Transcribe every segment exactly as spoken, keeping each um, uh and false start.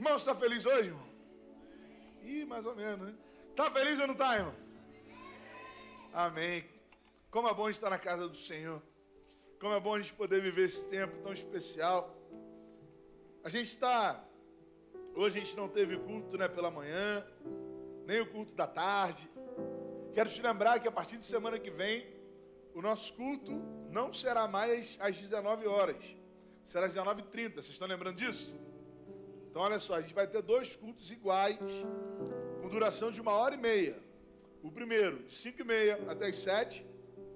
Irmão, você está feliz hoje, irmão? Ih, mais ou menos, né? Está feliz ou não está, irmão? Amém. Como é bom estar na casa do Senhor. Como é bom a gente poder viver esse tempo tão especial. A gente está... Hoje a gente não teve culto, né, pela manhã, nem o culto da tarde. Quero te lembrar que a partir de semana que vem, o nosso culto não será mais às dezenove horas. Será às dezenove e trinta. Vocês estão lembrando disso? Então, olha só, a gente vai ter dois cultos iguais, com duração de uma hora e meia. O primeiro, de cinco e meia até as sete.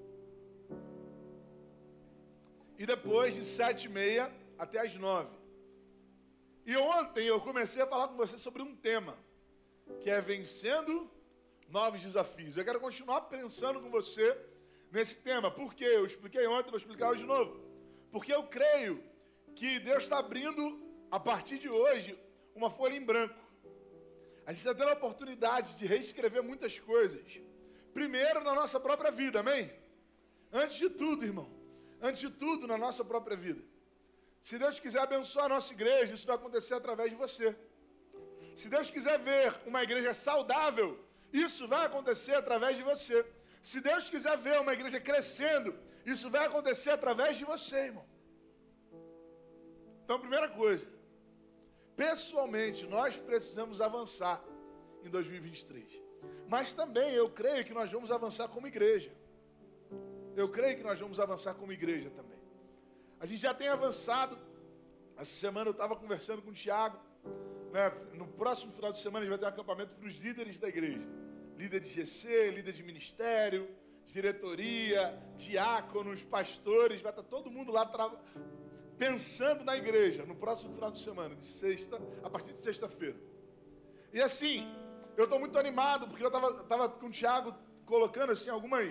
E depois, de sete e meia até as nove. E ontem eu comecei a falar com você sobre um tema, que é vencendo novos desafios. Eu quero continuar pensando com você nesse tema. Por quê? Eu expliquei ontem, vou explicar hoje de novo. Porque eu creio que Deus está abrindo, a partir de hoje, uma folha em branco. A gente está tendo a oportunidade de reescrever muitas coisas. Primeiro, na nossa própria vida, amém? Antes de tudo, irmão. Antes de tudo, na nossa própria vida. Se Deus quiser abençoar a nossa igreja, isso vai acontecer através de você. Se Deus quiser ver uma igreja saudável, isso vai acontecer através de você. Se Deus quiser ver uma igreja crescendo, isso vai acontecer através de você, irmão. Então, primeira coisa, pessoalmente, nós precisamos avançar em dois mil e vinte e três. Mas também eu creio que nós vamos avançar como igreja. Eu creio que nós vamos avançar como igreja também. A gente já tem avançado. Essa semana eu estava conversando com o Tiago. Né? No próximo final de semana a gente vai ter um acampamento para os líderes da igreja. Líder de G C, líder de ministério, diretoria, diáconos, pastores. Vai estar todo mundo lá trabalhando. Pensando na igreja, no próximo final de semana, de sexta, a partir de sexta-feira. E assim, eu estou muito animado, porque eu estava com o Tiago colocando assim algumas,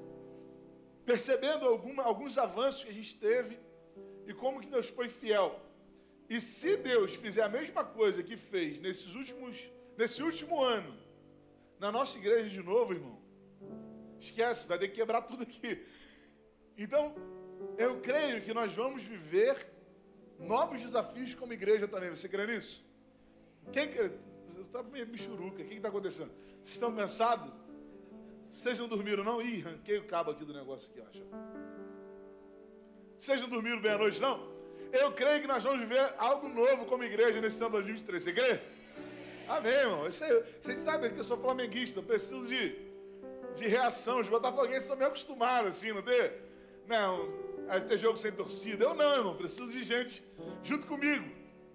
percebendo alguma, alguns avanços que a gente teve, e como que Deus foi fiel. E se Deus fizer a mesma coisa que fez nesses últimos, nesse último ano, na nossa igreja de novo, irmão, esquece, vai ter que quebrar tudo aqui. Então, eu creio que nós vamos viver novos desafios como igreja também. Você crê nisso? Quem crê? Está meio michuruca. O que está acontecendo? Vocês estão cansados? Vocês não dormiram, não? Ih, arranquei o cabo aqui do negócio aqui, acho. Vocês não dormiram bem à noite, não? Eu creio que nós vamos viver algo novo como igreja nesse ano dois mil e vinte e três. Você crê? Amém, irmão. Isso aí, vocês sabem que eu sou flamenguista. Eu preciso de, de reação. Os botafoguenses são meio acostumados, assim, não tem? Não. Aí ter jogo sem torcida. Eu não, irmão. Preciso de gente junto comigo.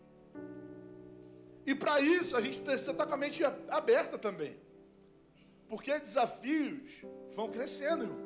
E para isso, a gente precisa estar com a mente aberta também. Porque desafios vão crescendo, irmão.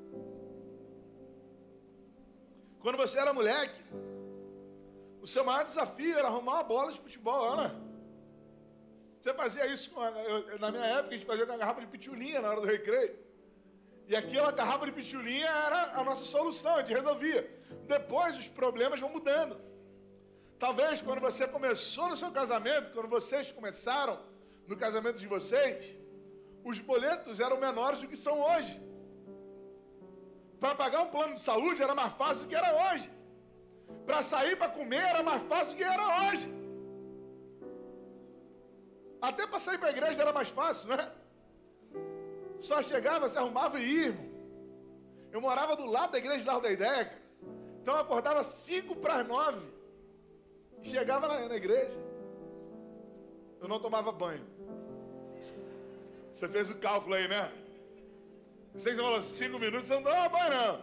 Quando você era moleque, o seu maior desafio era arrumar uma bola de futebol, Ana. Você fazia isso, com a, eu, na minha época, a gente fazia com a garrafa de pitulinha na hora do recreio. E aquela garrafa de pitulinha era a nossa solução, a gente resolvia. Depois os problemas vão mudando. Talvez quando você começou no seu casamento, quando vocês começaram no casamento de vocês, os boletos eram menores do que são hoje. Para pagar um plano de saúde era mais fácil do que era hoje. Para sair para comer era mais fácil do que era hoje. Até para sair para a igreja era mais fácil, né? Só chegava, se arrumava e ia, irmão. Eu morava do lado da igreja de Largo da Ideia, cara. Então eu acordava cinco para as nove. E chegava na, na igreja. Eu não tomava banho. Você fez o cálculo aí, né? Você falou cinco minutos, você não tomava banho, não.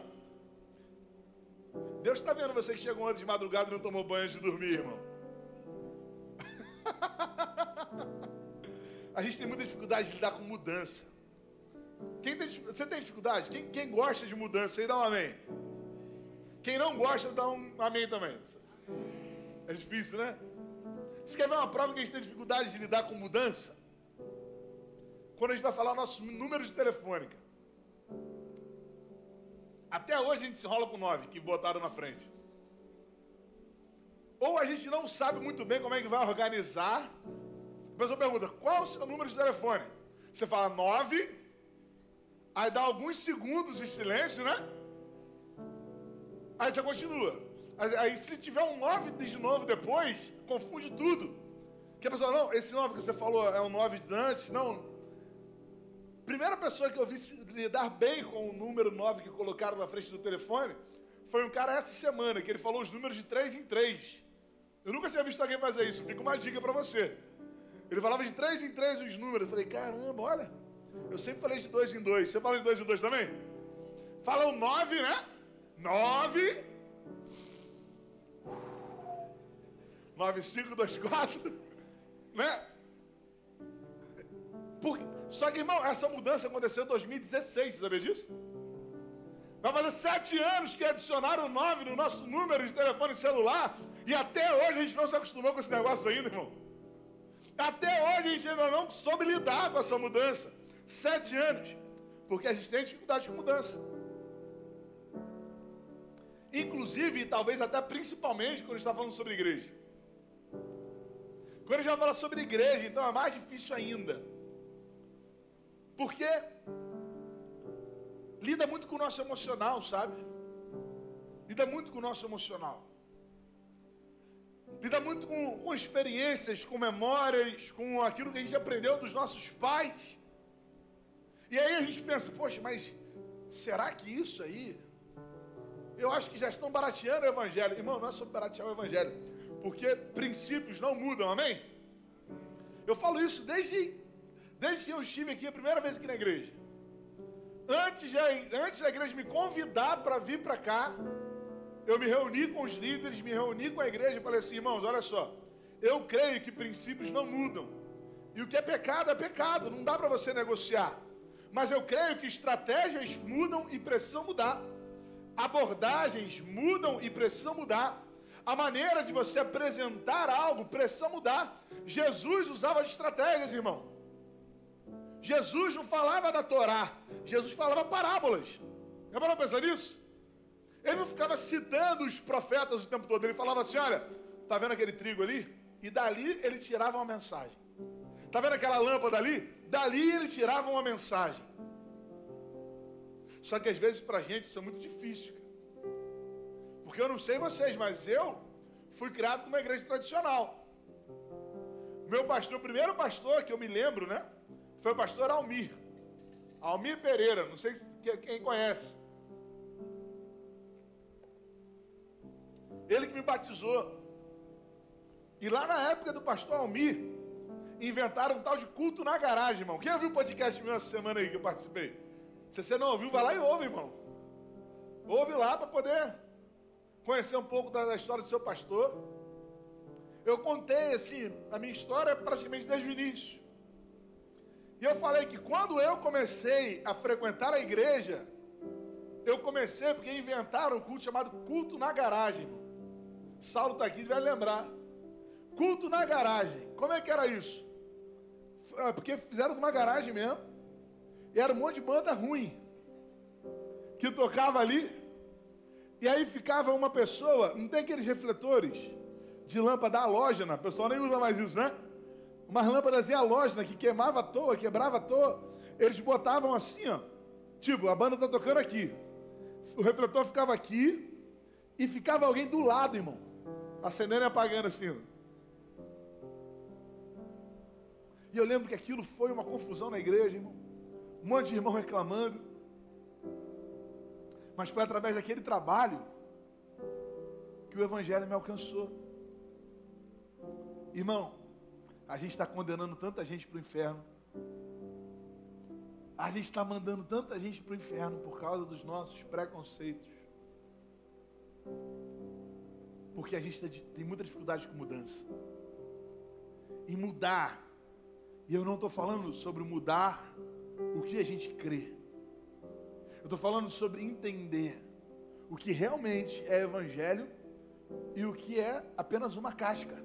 Deus está vendo você que chegou antes de madrugada e não tomou banho antes de dormir, irmão. A gente tem muita dificuldade de lidar com mudança. Quem tem, você tem dificuldade? Quem, quem gosta de mudança aí, dá um amém. Quem não gosta, dá um amém também. É difícil, né? Você quer ver uma prova que a gente tem dificuldade de lidar com mudança? Quando a gente vai falar nosso número de telefone. Até hoje a gente se enrola com nove, que botaram na frente. Ou a gente não sabe muito bem como é que vai organizar. A pessoa pergunta, qual é o seu número de telefone? Você fala nove, aí dá alguns segundos de silêncio, né? Aí você continua. Aí se tiver um nove de novo depois, confunde tudo. Que a pessoa, não, esse nove que você falou é um nove de antes, não. Primeira pessoa que eu vi lidar bem com o número nove que colocaram na frente do telefone foi um cara essa semana, que ele falou os números de três em três. Eu nunca tinha visto alguém fazer isso, fica uma dica para você. Ele falava de três em três os números. Eu falei, caramba, olha, eu sempre falei de dois em dois. Você fala de dois em dois também? Fala o nove, né? nove. nove, cinco, dois, quatro. Né? Por... Só que, irmão, essa mudança aconteceu em dois mil e dezesseis, você sabia disso? Vai fazer sete anos que adicionaram o nove no nosso número de telefone celular e até hoje a gente não se acostumou com esse negócio ainda, irmão. Até hoje a gente ainda não soube lidar com essa mudança. Sete anos. Porque a gente tem dificuldade com mudança. Inclusive, e talvez até principalmente, quando a gente está falando sobre igreja. Quando a gente vai falar sobre igreja, então é mais difícil ainda. Porque lida muito com o nosso emocional, sabe? Lida muito com o nosso emocional. Lida muito com, com experiências, com memórias, com aquilo que a gente aprendeu dos nossos pais. E aí a gente pensa, poxa, mas será que isso aí... Eu acho que já estão barateando o evangelho. Irmão, não é sobre baratear o evangelho, porque princípios não mudam, amém? Eu falo isso desde, desde que eu estive aqui, a primeira vez aqui na igreja. Antes, de, antes da igreja me convidar para vir para cá, eu me reuni com os líderes, me reuni com a igreja e falei assim, irmãos, olha só, eu creio que princípios não mudam. E o que é pecado é pecado, não dá para você negociar. Mas eu creio que estratégias mudam e precisam mudar. Abordagens mudam e precisam mudar. A maneira de você apresentar algo precisa mudar. Jesus usava estratégias, irmão. Jesus não falava da Torá. Jesus falava parábolas. Já parou pra pensar nisso? Ele não ficava citando os profetas o tempo todo. Ele falava assim, olha, tá vendo aquele trigo ali? E dali ele tirava uma mensagem. Tá vendo aquela lâmpada ali? Dali ele tirava uma mensagem. Só que às vezes pra gente isso é muito difícil, cara. Porque eu não sei vocês, mas eu fui criado numa igreja tradicional. Meu pastor, o primeiro pastor que eu me lembro, né? Foi o pastor Almir. Almir Pereira, não sei se, quem conhece. Ele que me batizou. E lá na época do pastor Almir, inventaram um tal de culto na garagem, irmão. Quem ouviu o podcast meu essa semana aí que eu participei? Se você não ouviu, vai lá e ouve, irmão. Ouve lá para poder conhecer um pouco da, da história do seu pastor. Eu contei, assim, a minha história praticamente desde o início. E eu falei que quando eu comecei a frequentar a igreja, eu comecei porque inventaram um culto chamado culto na garagem, irmão. Saulo está aqui, vai lembrar. Culto na garagem. Como é que era isso? Porque fizeram numa garagem mesmo. E era um monte de banda ruim que tocava ali. E aí ficava uma pessoa, não tem aqueles refletores de lâmpada halógena, o pessoal nem usa mais isso, né? Umas lâmpadas halógenas que queimava à toa, quebrava à toa. Eles botavam assim, ó. Tipo, a banda está tocando aqui. O refletor ficava aqui e ficava alguém do lado, irmão. Acendendo e apagando assim, ó. E eu lembro que aquilo foi uma confusão na igreja, irmão. Um monte de irmão reclamando. Mas foi através daquele trabalho que o evangelho me alcançou. Irmão, a gente está condenando tanta gente para o inferno. A gente está mandando tanta gente para o inferno por causa dos nossos preconceitos. Porque a gente tem muita dificuldade com mudança. E mudar. E eu não estou falando sobre mudar o que a gente crê. Eu estou falando sobre entender o que realmente é evangelho e o que é apenas uma casca.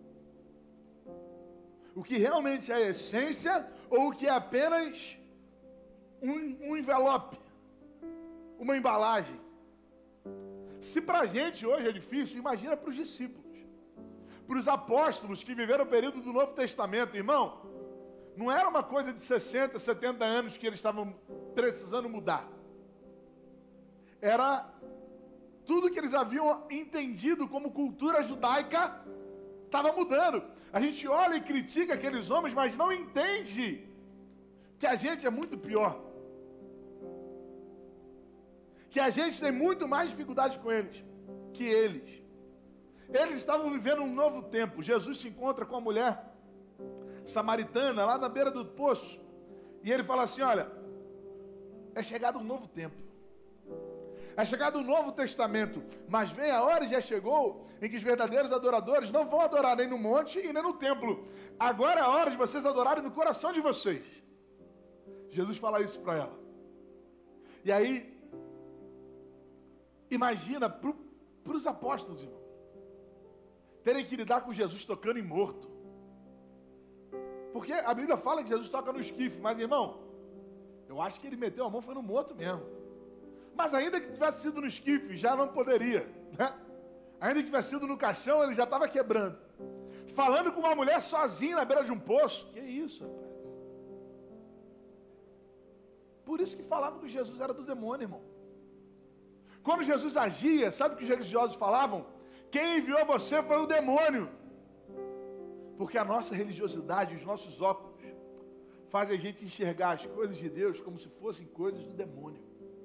O que realmente é a essência ou o que é apenas um, um envelope, uma embalagem. Se para a gente hoje é difícil, imagina para os discípulos, para os apóstolos que viveram o período do Novo Testamento, irmão. Não era uma coisa de sessenta, setenta anos que eles estavam precisando mudar. Era tudo que eles haviam entendido como cultura judaica Estava mudando. A gente olha e critica aqueles homens, mas não entende que a gente é muito pior. Que a gente tem muito mais dificuldade com eles, que eles. Eles estavam vivendo um novo tempo. Jesus se encontra com a mulher samaritana, lá na beira do poço, e ele fala assim, olha, é chegado um novo tempo. É chegado um novo testamento, mas vem a hora, e já chegou, em que os verdadeiros adoradores não vão adorar nem no monte e nem no templo. Agora é a hora de vocês adorarem no coração de vocês. Jesus fala isso para ela. E aí, imagina para os apóstolos, irmão, terem que lidar com Jesus tocando em morto. Porque a Bíblia fala que Jesus toca no esquife, mas, irmão, eu acho que ele meteu a mão, foi no morto mesmo. Mas ainda que tivesse sido no esquife, já não poderia, né? Ainda que tivesse sido no caixão, ele já estava quebrando. Falando com uma mulher sozinha na beira de um poço. Que isso, rapaz? Por isso que falavam que Jesus era do demônio, irmão. Quando Jesus agia, sabe o que os religiosos falavam? Quem enviou você foi o demônio. Porque a nossa religiosidade, os nossos óculos, fazem a gente enxergar as coisas de Deus como se fossem coisas do demônio.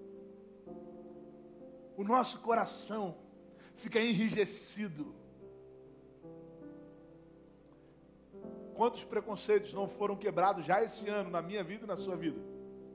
O nosso coração fica enrijecido. Quantos preconceitos não foram quebrados já esse ano, na minha vida e na sua vida?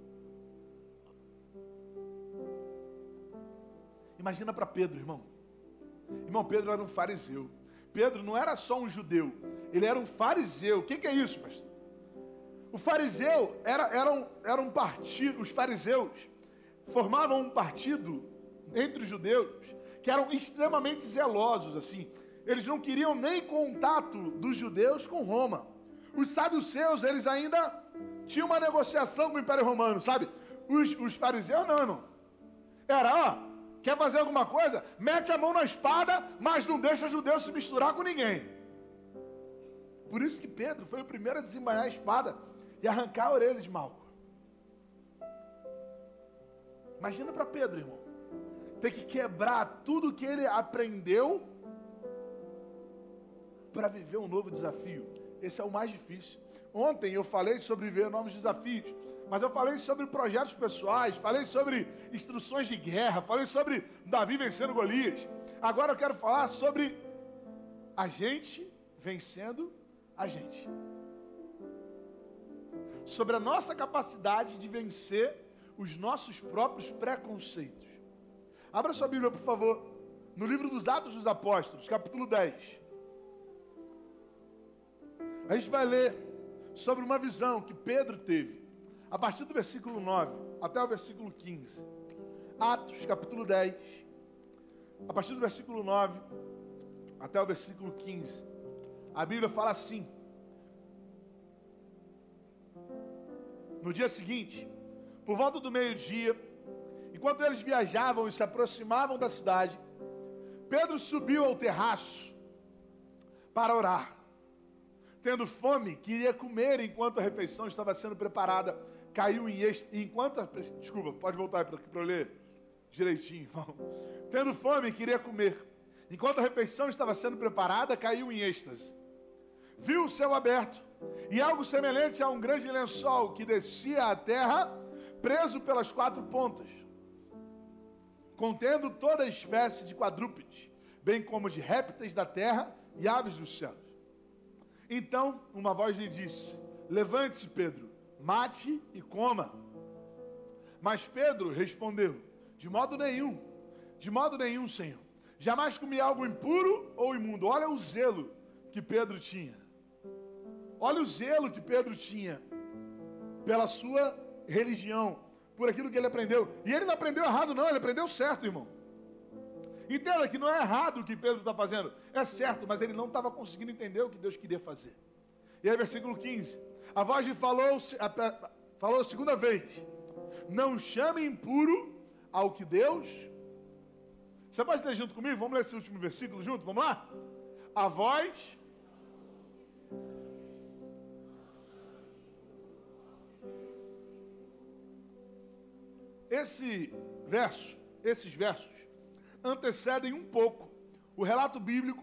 Imagina para Pedro, irmão. Irmão, Pedro era um fariseu. Pedro não era só um judeu, ele era um fariseu. O que, que é isso, pastor? O fariseu era, era, um, era um partido, os fariseus formavam um partido entre os judeus que eram extremamente zelosos, assim. Eles não queriam nem contato dos judeus com Roma. Os saduceus, eles ainda tinham uma negociação com o Império Romano, sabe? Os, os fariseus não, irmão. Era, ó, quer fazer alguma coisa? Mete a mão na espada, mas não deixa judeu se misturar com ninguém. Por isso que Pedro foi o primeiro a desembainhar a espada e arrancar a orelha de Malco. Imagina para Pedro, irmão, ter que quebrar tudo que ele aprendeu para viver um novo desafio. Esse é o mais difícil. Ontem eu falei sobre viver novos desafios, mas eu falei sobre projetos pessoais, falei sobre instruções de guerra, falei sobre Davi vencendo Golias. Agora eu quero falar sobre a gente vencendo a gente. Sobre a nossa capacidade de vencer os nossos próprios preconceitos. Abra sua Bíblia, por favor, no livro dos Atos dos Apóstolos, capítulo dez. A gente vai ler sobre uma visão que Pedro teve, a partir do versículo nove até o versículo quinze. Atos, capítulo dez, a partir do versículo nove até o versículo quinze. A Bíblia fala assim: no dia seguinte, por volta do meio-dia, enquanto eles viajavam e se aproximavam da cidade, Pedro subiu ao terraço para orar. Tendo fome, queria comer enquanto a refeição estava sendo preparada. Caiu em êxtase. Enquanto a... Desculpa, pode voltar para eu ler direitinho. Tendo fome, queria comer. Enquanto a refeição estava sendo preparada, caiu em êxtase. Viu o céu aberto e algo semelhante a um grande lençol que descia à terra, preso pelas quatro pontas, contendo toda espécie de quadrúpedes, bem como de répteis da terra e aves dos céus. Então, uma voz lhe disse: levante-se, Pedro, mate e coma. Mas Pedro respondeu: de modo nenhum, de modo nenhum, Senhor. Jamais comi algo impuro ou imundo. Olha o zelo que Pedro tinha. Olha o zelo que Pedro tinha pela sua religião, por aquilo que ele aprendeu. E ele não aprendeu errado, não, ele aprendeu certo, irmão. Entenda que não é errado o que Pedro está fazendo, é certo, mas ele não estava conseguindo entender o que Deus queria fazer. E aí, versículo quinze, a voz lhe falou, a, falou a segunda vez: não chame impuro ao que Deus... Você pode ler junto comigo? Vamos ler esse último versículo junto, vamos lá? A voz... Esse verso, esses versos, antecedem um pouco o relato bíblico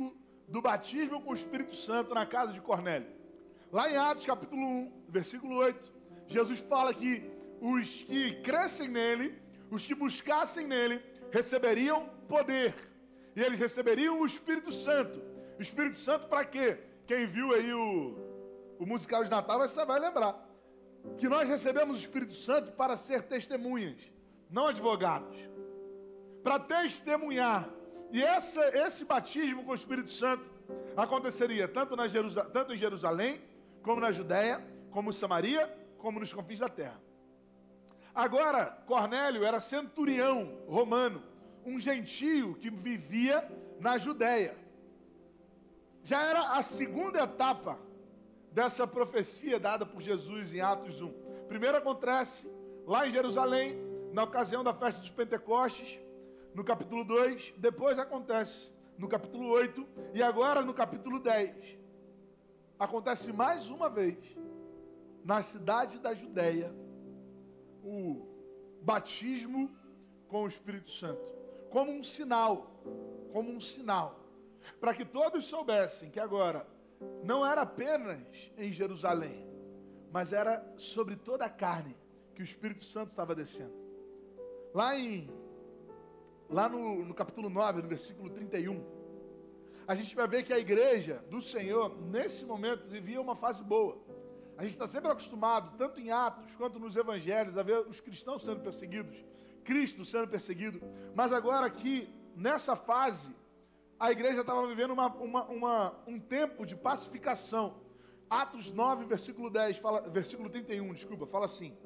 do batismo com o Espírito Santo na casa de Cornélio. Lá em Atos capítulo um, versículo oito, Jesus fala que os que crescem nele, os que buscassem nele, receberiam poder. E eles receberiam o Espírito Santo. O Espírito Santo para quê? Quem viu aí o, o musical de Natal, você vai lembrar. Que nós recebemos o Espírito Santo para ser testemunhas, não advogados. Para testemunhar. E essa, esse batismo com o Espírito Santo aconteceria tanto, na Jerusa, tanto em Jerusalém, como na Judéia, como em Samaria, como nos confins da terra. Agora, Cornélio era centurião romano, um gentio que vivia na Judéia. Já era a segunda etapa dessa profecia dada por Jesus em Atos um. Primeiro acontece lá em Jerusalém, na ocasião da festa dos Pentecostes, no capítulo dois, depois acontece no capítulo oito, e agora no capítulo dez. Acontece mais uma vez, na cidade da Judéia, o batismo com o Espírito Santo, como um sinal, como um sinal, para que todos soubessem que agora não era apenas em Jerusalém, mas era sobre toda a carne que o Espírito Santo estava descendo. Lá em, lá no, no capítulo nove, no versículo trinta e um, a gente vai ver que a igreja do Senhor, nesse momento, vivia uma fase boa. A gente está sempre acostumado, tanto em Atos quanto nos Evangelhos, a ver os cristãos sendo perseguidos, Cristo sendo perseguido. Mas agora aqui, nessa fase, a igreja estava vivendo uma, uma, uma, um tempo de pacificação. Atos nove, versículo dez, fala, versículo trinta e um, desculpa, fala assim.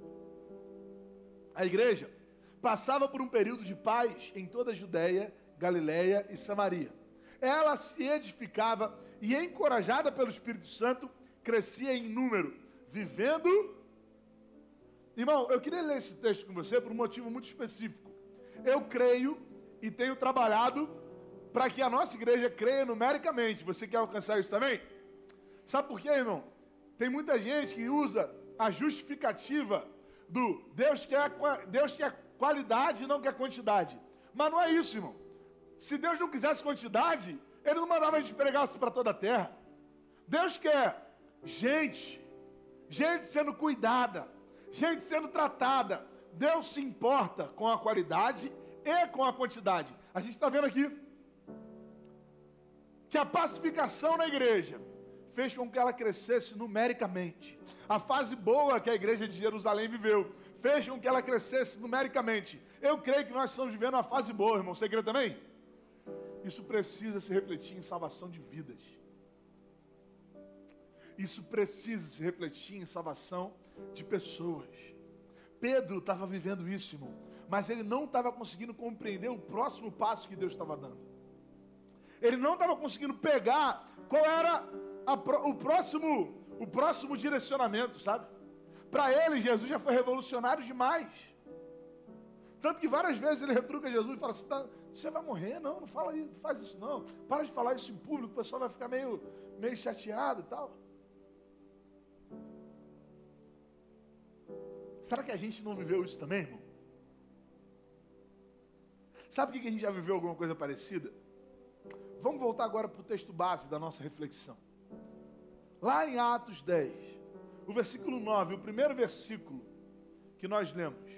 A igreja passava por um período de paz em toda a Judéia, Galiléia e Samaria. Ela se edificava e, encorajada pelo Espírito Santo, crescia em número, vivendo... Irmão, eu queria ler esse texto com você por um motivo muito específico. Eu creio e tenho trabalhado para que a nossa igreja creia numericamente. Você quer alcançar isso também? Sabe por quê, irmão? Tem muita gente que usa a justificativa do Deus quer, Deus quer qualidade e não quer quantidade. Mas não é isso, irmão. Se Deus não quisesse quantidade, Ele não mandava a gente pregar isso para toda a terra. Deus quer gente, gente sendo cuidada, gente sendo tratada. Deus se importa com a qualidade e com a quantidade. A gente está vendo aqui que a pacificação na igreja fez com que ela crescesse numericamente. A fase boa que a igreja de Jerusalém viveu fez com que ela crescesse numericamente. Eu creio que nós estamos vivendo uma fase boa, irmão. Você crê também? Isso precisa se refletir em salvação de vidas. Isso precisa se refletir em salvação de pessoas. Pedro estava vivendo isso, irmão, mas ele não estava conseguindo compreender o próximo passo que Deus estava dando. Ele não estava conseguindo pegar qual era a, o, próximo, o próximo direcionamento, sabe? Para ele, Jesus já foi revolucionário demais. Tanto que várias vezes ele retruca Jesus e fala assim, tá, você vai morrer? Não, não fala isso, não faz isso não. Para de falar isso em público, o pessoal vai ficar meio, meio chateado e tal. Será que a gente não viveu isso também, irmão? Sabe por que a gente já viveu alguma coisa parecida? Vamos voltar agora para o texto base da nossa reflexão. Lá em Atos dez, o versículo nove, o primeiro versículo que nós lemos.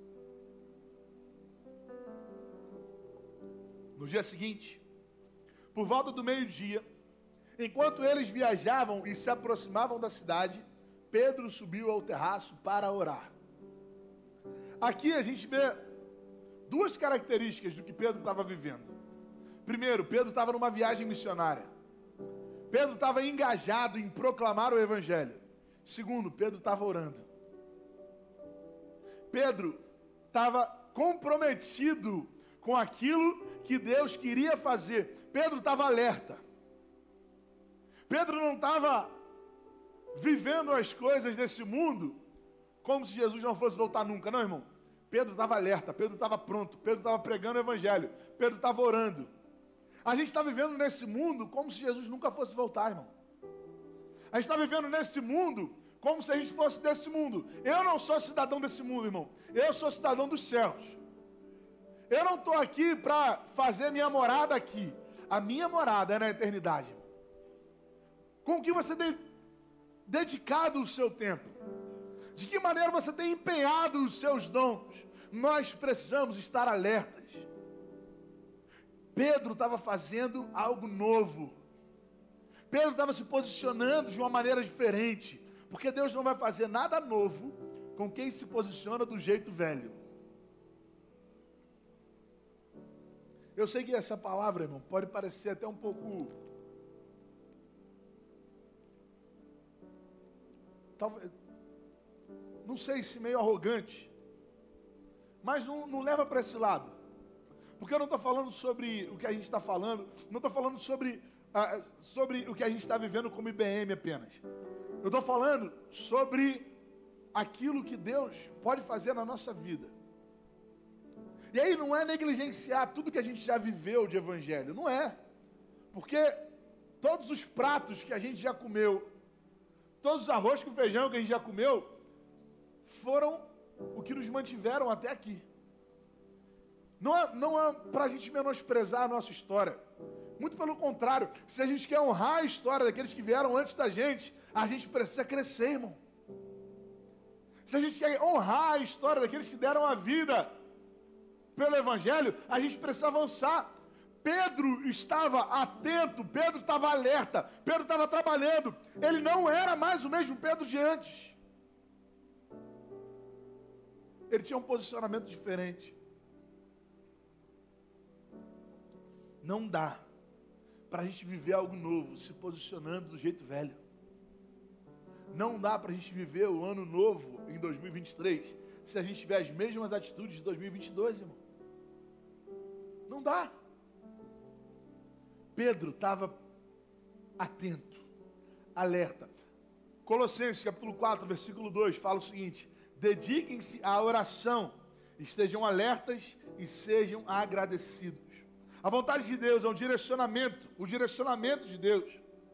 No dia seguinte, por volta do meio-dia, enquanto eles viajavam e se aproximavam da cidade, Pedro subiu ao terraço para orar. Aqui a gente vê duas características do que Pedro estava vivendo. Primeiro, Pedro estava numa viagem missionária. Pedro estava engajado em proclamar o Evangelho. Segundo, Pedro estava orando. Pedro estava comprometido com aquilo que Deus queria fazer. Pedro estava alerta. Pedro não estava vivendo as coisas desse mundo como se Jesus não fosse voltar nunca, não, irmão. Pedro estava alerta, Pedro estava pronto, Pedro estava pregando o Evangelho, Pedro estava orando. A gente está vivendo nesse mundo como se Jesus nunca fosse voltar, irmão. A gente está vivendo nesse mundo como se a gente fosse desse mundo. Eu não sou cidadão desse mundo, irmão. Eu sou cidadão dos céus. Eu não estou aqui para fazer minha morada aqui. a minha morada é na eternidade. Com que você tem dedicado o seu tempo? De que maneira você tem empenhado os seus dons? Nós precisamos estar alertas. Pedro estava fazendo algo novo. Pedro estava se posicionando de uma maneira diferente. Porque Deus não vai fazer nada novo com quem se posiciona do jeito velho. Eu sei que essa palavra, irmão, pode parecer até um pouco... Talvez... Não sei se meio arrogante. Mas não, não leva para esse lado. Porque eu não estou falando sobre o que a gente está falando. Não estou falando sobre, ah, sobre o que a gente está vivendo como I B M apenas. Eu estou falando sobre aquilo que Deus pode fazer na nossa vida. E aí não é negligenciar tudo que a gente já viveu de evangelho. Não é. Porque todos os pratos que a gente já comeu, todos os arroz com feijão que a gente já comeu, foram o que nos mantiveram até aqui. Não é, não é para a gente menosprezar a nossa história. Muito pelo contrário, se a gente quer honrar a história daqueles que vieram antes da gente, a gente precisa crescer, irmão. Se a gente quer honrar a história daqueles que deram a vida pelo Evangelho, a gente precisa avançar. Pedro estava atento, Pedro estava alerta, Pedro estava trabalhando. Ele não era mais o mesmo Pedro de antes. Ele tinha um posicionamento diferente. Não dá para a gente viver algo novo se posicionando do jeito velho. Não dá para a gente viver o ano novo em dois mil e vinte e três se a gente tiver as mesmas atitudes de dois mil e vinte e dois, irmão. Não dá. Pedro estava atento, alerta. Colossenses capítulo quatro, versículo dois, fala o seguinte: dediquem-se à oração, estejam alertas e sejam agradecidos. A vontade de Deus é um direcionamento, o direcionamento de Deus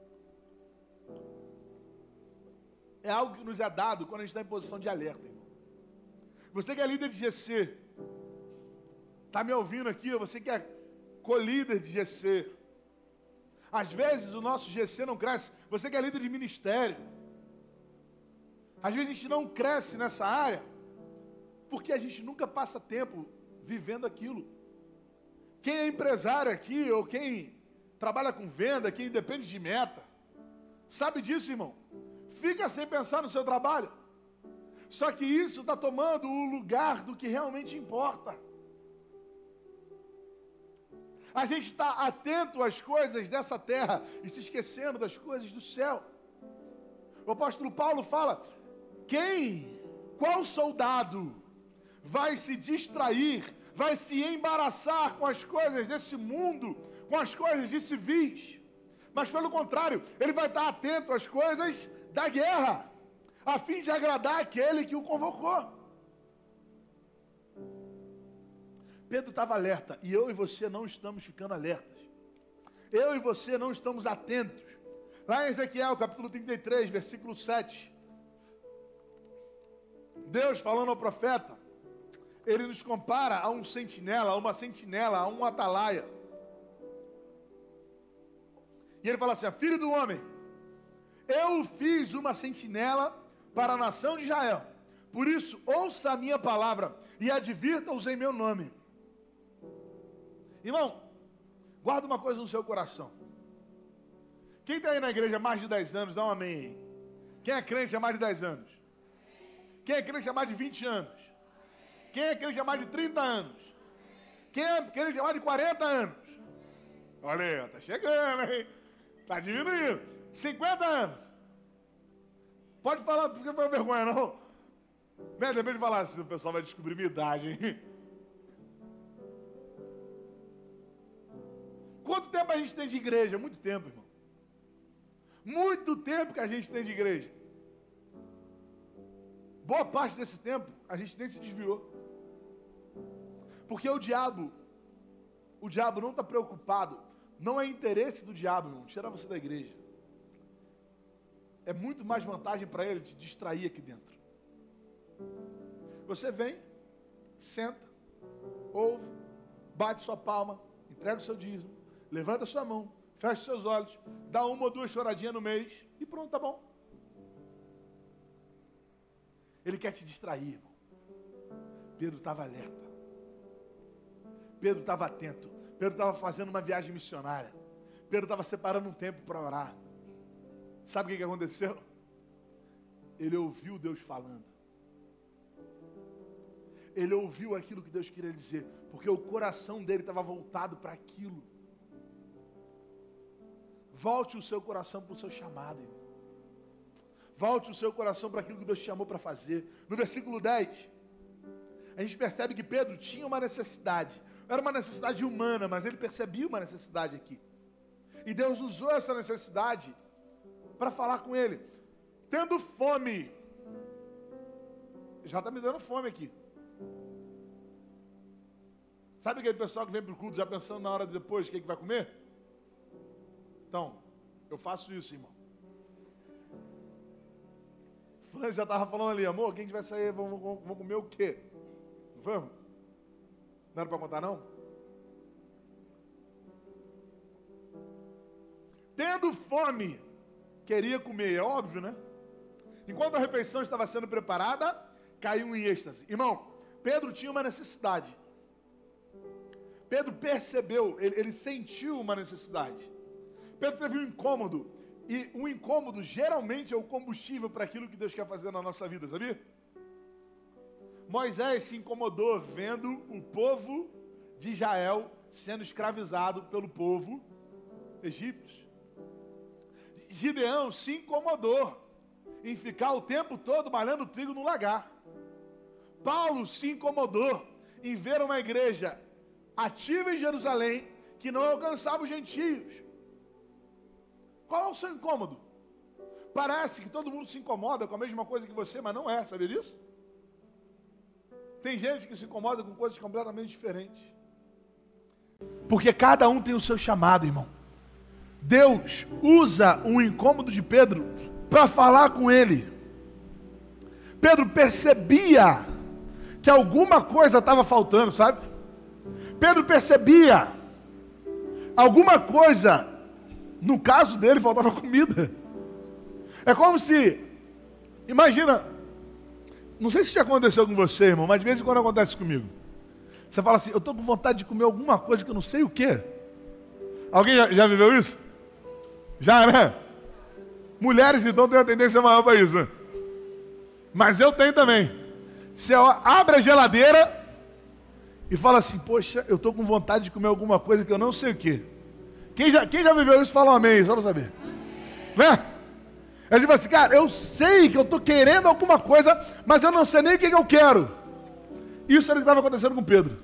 é algo que nos é dado quando a gente está em posição de alerta, irmão. Você que é líder de G C, está me ouvindo aqui, você que é co-líder de G C, às vezes o nosso G C não cresce, você que é líder de ministério, às vezes a gente não cresce nessa área, porque a gente nunca passa tempo vivendo aquilo. Quem é empresário aqui, ou quem trabalha com venda, quem depende de meta, sabe disso, irmão. Fica sem pensar no seu trabalho. Só que isso está tomando o lugar do que realmente importa. A gente está atento às coisas dessa terra e se esquecendo das coisas do céu. O apóstolo Paulo fala: quem, qual soldado vai se distrair, vai se embaraçar com as coisas desse mundo, com as coisas de civis? Mas pelo contrário, ele vai estar atento às coisas da guerra, a fim de agradar aquele que o convocou. Pedro estava alerta, e eu e você não estamos ficando alertas. Eu e você não estamos atentos. Lá em Ezequiel, capítulo trinta e três, versículo sete, Deus falando ao profeta, ele nos compara a um sentinela, a uma sentinela, a um atalaia. E ele fala assim: filho do homem, eu fiz uma sentinela para a nação de Israel. Por isso, ouça a minha palavra e advirta-os em meu nome. Irmão, guarda uma coisa no seu coração. Quem está aí na igreja há mais de dez anos, dá um amém aí. Quem é crente há mais de dez anos? Quem é crente há mais de vinte anos? Quem é crente há mais de trinta anos? Quem é crente há mais de quarenta anos? Olha aí, está chegando, hein? Está diminuindo. cinquenta anos. Pode falar, não fica com vergonha, não. Né? Depois de falar assim, o pessoal vai descobrir minha idade, hein? Quanto tempo a gente tem de igreja? Muito tempo, irmão. Muito tempo que a gente tem de igreja. Boa parte desse tempo, a gente nem se desviou. Porque o diabo, o diabo não está preocupado, não é interesse do diabo, irmão, tirar você da igreja. É muito mais vantagem para ele te distrair aqui dentro. Você vem, senta, ouve, bate sua palma, entrega o seu dízimo, levanta a sua mão, fecha seus olhos, dá uma ou duas choradinhas no mês e pronto, tá bom. Ele quer te distrair, irmão. Pedro estava alerta. Pedro estava atento. Pedro estava fazendo uma viagem missionária. Pedro estava separando um tempo para orar. Sabe o que que aconteceu? Ele ouviu Deus falando. Ele ouviu aquilo que Deus queria dizer, porque o coração dele estava voltado para aquilo. Volte o seu coração para o seu chamado, irmão. Volte o seu coração para aquilo que Deus te chamou para fazer. No versículo dez, a gente percebe que Pedro tinha uma necessidade. Era uma necessidade humana, mas ele percebia uma necessidade aqui. E Deus usou essa necessidade para falar com ele. Tendo fome. Já está me dando fome aqui. Sabe aquele pessoal que vem para o culto já pensando na hora de depois o que, é que vai comer? Então, eu faço isso, irmão. Fulano já estava falando ali, amor, quem a gente vai sair? Vamos, vamos, vamos comer o quê? Vamos? Não era para contar, não? Tendo fome, queria comer, é óbvio, né? Enquanto a refeição estava sendo preparada, caiu em êxtase. Irmão, Pedro tinha uma necessidade. Pedro percebeu, ele, ele sentiu uma necessidade. Pedro teve um incômodo. E o incômodo geralmente é o combustível para aquilo que Deus quer fazer na nossa vida, sabia? Moisés se incomodou vendo o povo de Israel sendo escravizado pelo povo egípcio. Gideão se incomodou em ficar o tempo todo malhando trigo no lagar. Paulo se incomodou em ver uma igreja ativa em Jerusalém que não alcançava os gentios. Qual é o seu incômodo? Parece que todo mundo se incomoda com a mesma coisa que você, mas não é, sabia disso? Tem gente que se incomoda com coisas completamente diferentes. Porque cada um tem o seu chamado, irmão. Deus usa um incômodo de Pedro para falar com ele. Pedro percebia que alguma coisa estava faltando, sabe? Pedro percebia alguma coisa. No caso dele, faltava comida. É como se, imagina, não sei se já aconteceu com você, irmão, mas de vez em quando acontece comigo. Você fala assim, eu estou com vontade de comer alguma coisa que eu não sei o quê. Alguém já, já viveu isso? Já, né? Mulheres, então, têm uma tendência maior para isso, né? Mas eu tenho também. Você abre a geladeira e fala assim, poxa, eu estou com vontade de comer alguma coisa que eu não sei o quê. Quem já, quem já viveu isso, fala um amém, só para saber. Né? É tipo assim, cara, eu sei que eu estou querendo alguma coisa, mas eu não sei nem o que, que eu quero. Isso era o que estava acontecendo com Pedro.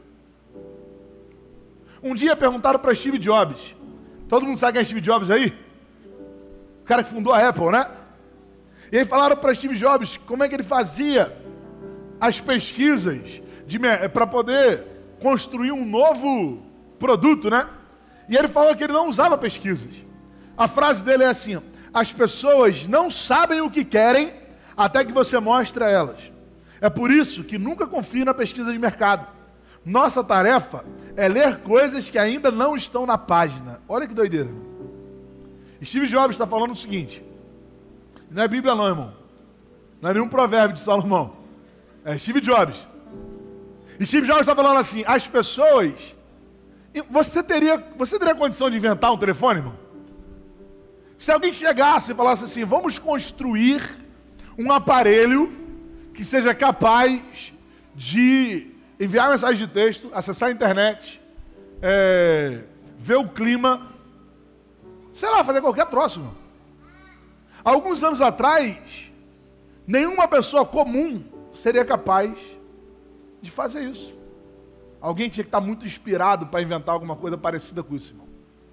Um dia perguntaram para Steve Jobs. Todo mundo sabe quem é Steve Jobs aí? O cara que fundou a Apple, né? E aí falaram para Steve Jobs como é que ele fazia as pesquisas para poder construir um novo produto, né? E ele falou que ele não usava pesquisas. A frase dele é assim: as pessoas não sabem o que querem até que você mostre a elas. É por isso que nunca confie na pesquisa de mercado. Nossa tarefa é ler coisas que ainda não estão na página. Olha que doideira. Steve Jobs está falando o seguinte. Não é Bíblia não, irmão. Não é nenhum provérbio de Salomão. É Steve Jobs. E Steve Jobs está falando assim, as pessoas... Você teria, você teria condição de inventar um telefone, irmão? Se alguém chegasse e falasse assim, vamos construir um aparelho que seja capaz de enviar mensagem de texto, acessar a internet, é, ver o clima, sei lá, fazer qualquer troço, irmão. Alguns anos atrás, nenhuma pessoa comum seria capaz de fazer isso. Alguém tinha que estar muito inspirado para inventar alguma coisa parecida com isso, irmão.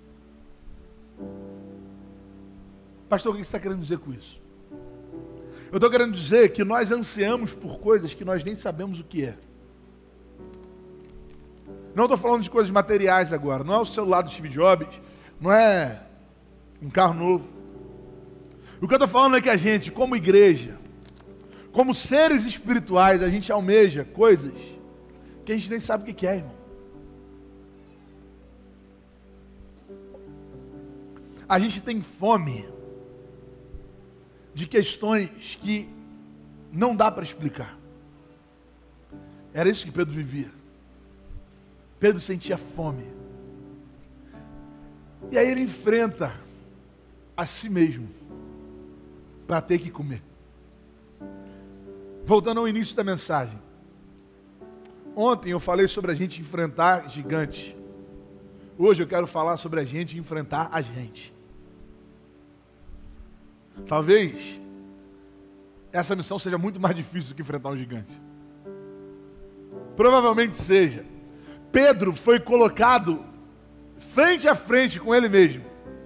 Pastor, o que você está querendo dizer com isso? Eu estou querendo dizer que nós ansiamos por coisas que nós nem sabemos o que é. Não estou falando de coisas materiais agora. Não é o celular do Steve Jobs, não é um carro novo. O que eu estou falando é que a gente, como igreja, como seres espirituais, a gente almeja coisas que a gente nem sabe o que é, irmão. a gente tem fome de questões que não dá para explicar. Era isso que Pedro vivia. Pedro sentia fome. E aí ele enfrenta a si mesmo para ter que comer. Voltando ao início da mensagem. Ontem eu falei sobre a gente enfrentar gigantes. Hoje eu quero falar sobre a gente enfrentar a gente. Talvez essa missão seja muito mais difícil do que enfrentar um gigante. Provavelmente seja. Pedro foi colocado frente a frente com ele mesmo.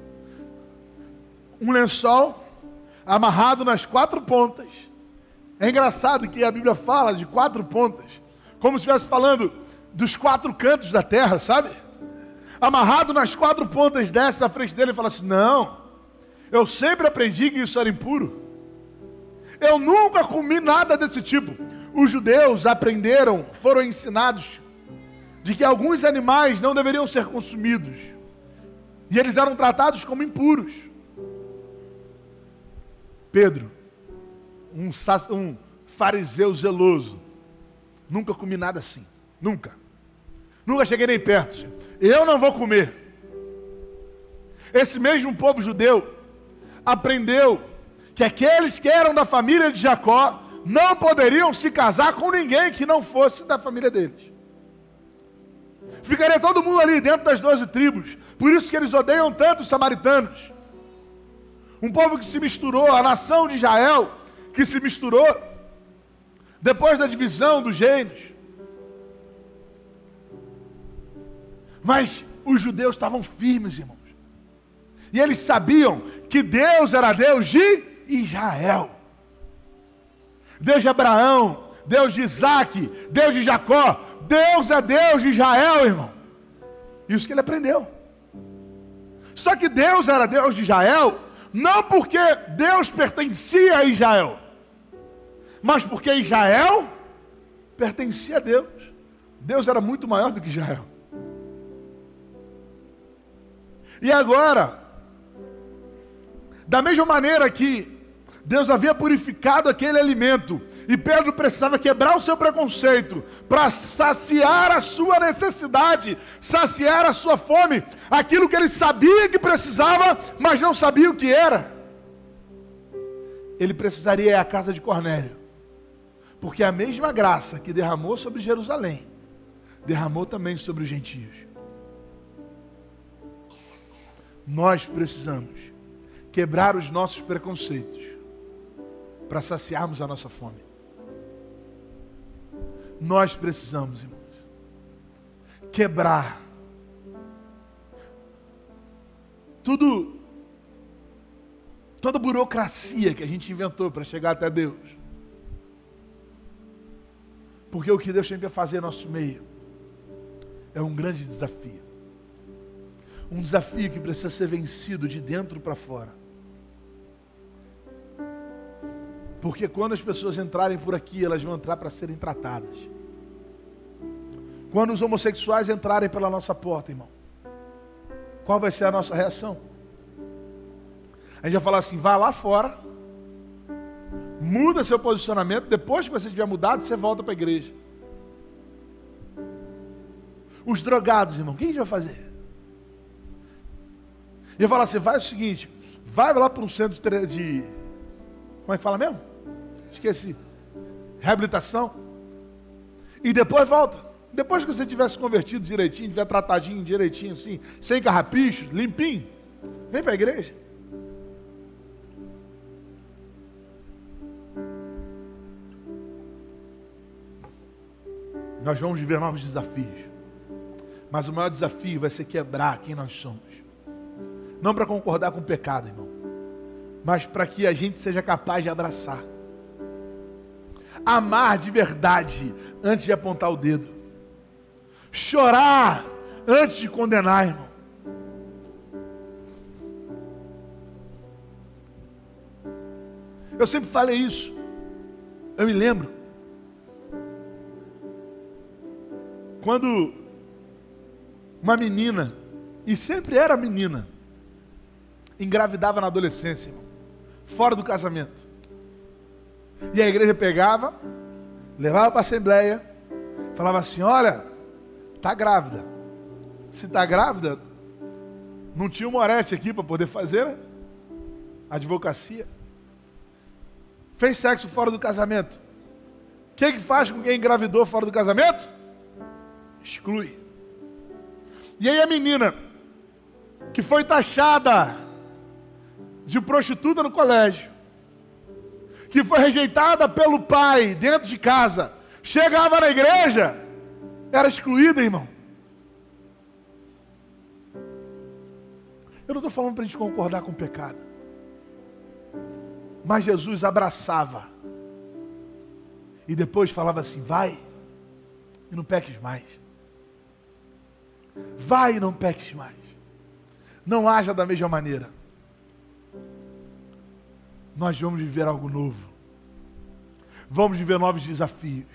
Um lençol amarrado nas quatro pontas. É engraçado que a Bíblia fala de quatro pontas, como se estivesse falando dos quatro cantos da terra, sabe? Amarrado nas quatro pontas, desce na frente dele e fala assim: não, eu sempre aprendi que isso era impuro. Eu nunca comi nada desse tipo. Os judeus aprenderam, foram ensinados de que alguns animais não deveriam ser consumidos. E eles eram tratados como impuros. Pedro, um, um fariseu zeloso, nunca comi nada assim. Nunca. Nunca cheguei nem perto. Senhor. Eu não vou comer. Esse mesmo povo judeu aprendeu que aqueles que eram da família de Jacó não poderiam se casar com ninguém que não fosse da família deles. Ficaria todo mundo ali dentro das doze tribos. Por isso que eles odeiam tanto os samaritanos. Um povo que se misturou, a nação de Israel, que se misturou depois da divisão dos reinos. Mas os judeus estavam firmes, irmãos. E eles sabiam que Deus era Deus de Israel. Deus de Abraão, Deus de Isaac, Deus de Jacó. Deus é Deus de Israel, irmão. Isso que ele aprendeu. Só que Deus era Deus de Israel, não porque Deus pertencia a Israel, mas porque Israel pertencia a Deus. Deus era muito maior do que Israel. E agora, da mesma maneira que Deus havia purificado aquele alimento, e Pedro precisava quebrar o seu preconceito para saciar a sua necessidade, saciar a sua fome, aquilo que ele sabia que precisava, mas não sabia o que era. Ele precisaria ir à casa de Cornélio, porque a mesma graça que derramou sobre Jerusalém, derramou também sobre os gentios. Nós precisamos quebrar os nossos preconceitos para saciarmos a nossa fome. Nós precisamos, irmãos, quebrar tudo, toda a burocracia que a gente inventou para chegar até Deus. Porque o que Deus tem para fazer no nosso meio é um grande desafio. Um desafio que precisa ser vencido de dentro para fora. Porque quando as pessoas entrarem por aqui, elas vão entrar para serem tratadas. Quando os homossexuais entrarem pela nossa porta, irmão, qual vai ser a nossa reação? A gente vai falar assim: vá lá fora, muda seu posicionamento, depois que você tiver mudado, você volta para a igreja. Os drogados, irmão, o que a gente vai fazer? E eu falo assim: vai o seguinte, vai lá para um centro de, como é que fala mesmo? Esqueci. Reabilitação. E depois volta. Depois que você tiver se convertido direitinho, tiver tratadinho direitinho assim, sem carrapichos, limpinho, vem para a igreja. Nós vamos viver novos desafios. Mas o maior desafio vai ser quebrar quem nós somos. Não para concordar com o pecado, irmão, mas para que a gente seja capaz de abraçar. Amar de verdade antes de apontar o dedo. Chorar antes de condenar, irmão. Eu sempre falei isso. Eu me lembro quando uma menina, e sempre era menina, engravidava na adolescência, irmão, fora do casamento. E a igreja pegava, levava para a assembleia, falava assim, olha, está grávida. Se está grávida, não tinha uma Oreste aqui para poder fazer, né? Advocacia. Fez sexo fora do casamento. O que que faz com quem engravidou fora do casamento? Exclui. E aí a menina, que foi taxada de prostituta no colégio, que foi rejeitada pelo pai dentro de casa, chegava na igreja, era excluída, irmão. Eu não estou falando para a gente concordar com o pecado, mas Jesus abraçava e depois falava assim, vai e não peques mais. Vai e não peques mais. Não haja da mesma maneira. Nós vamos viver algo novo. Vamos viver novos desafios.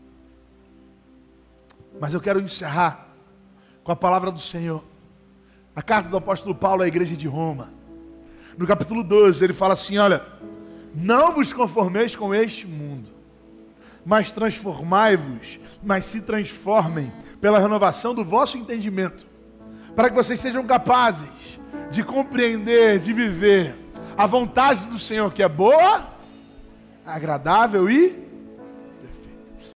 Mas eu quero encerrar com a palavra do Senhor. A carta do apóstolo Paulo à igreja de Roma. No capítulo doze, ele fala assim, olha, não vos conformeis com este mundo, mas transformai-vos, mas se transformem pela renovação do vosso entendimento, para que vocês sejam capazes de compreender, de viver a vontade do Senhor, que é boa, agradável e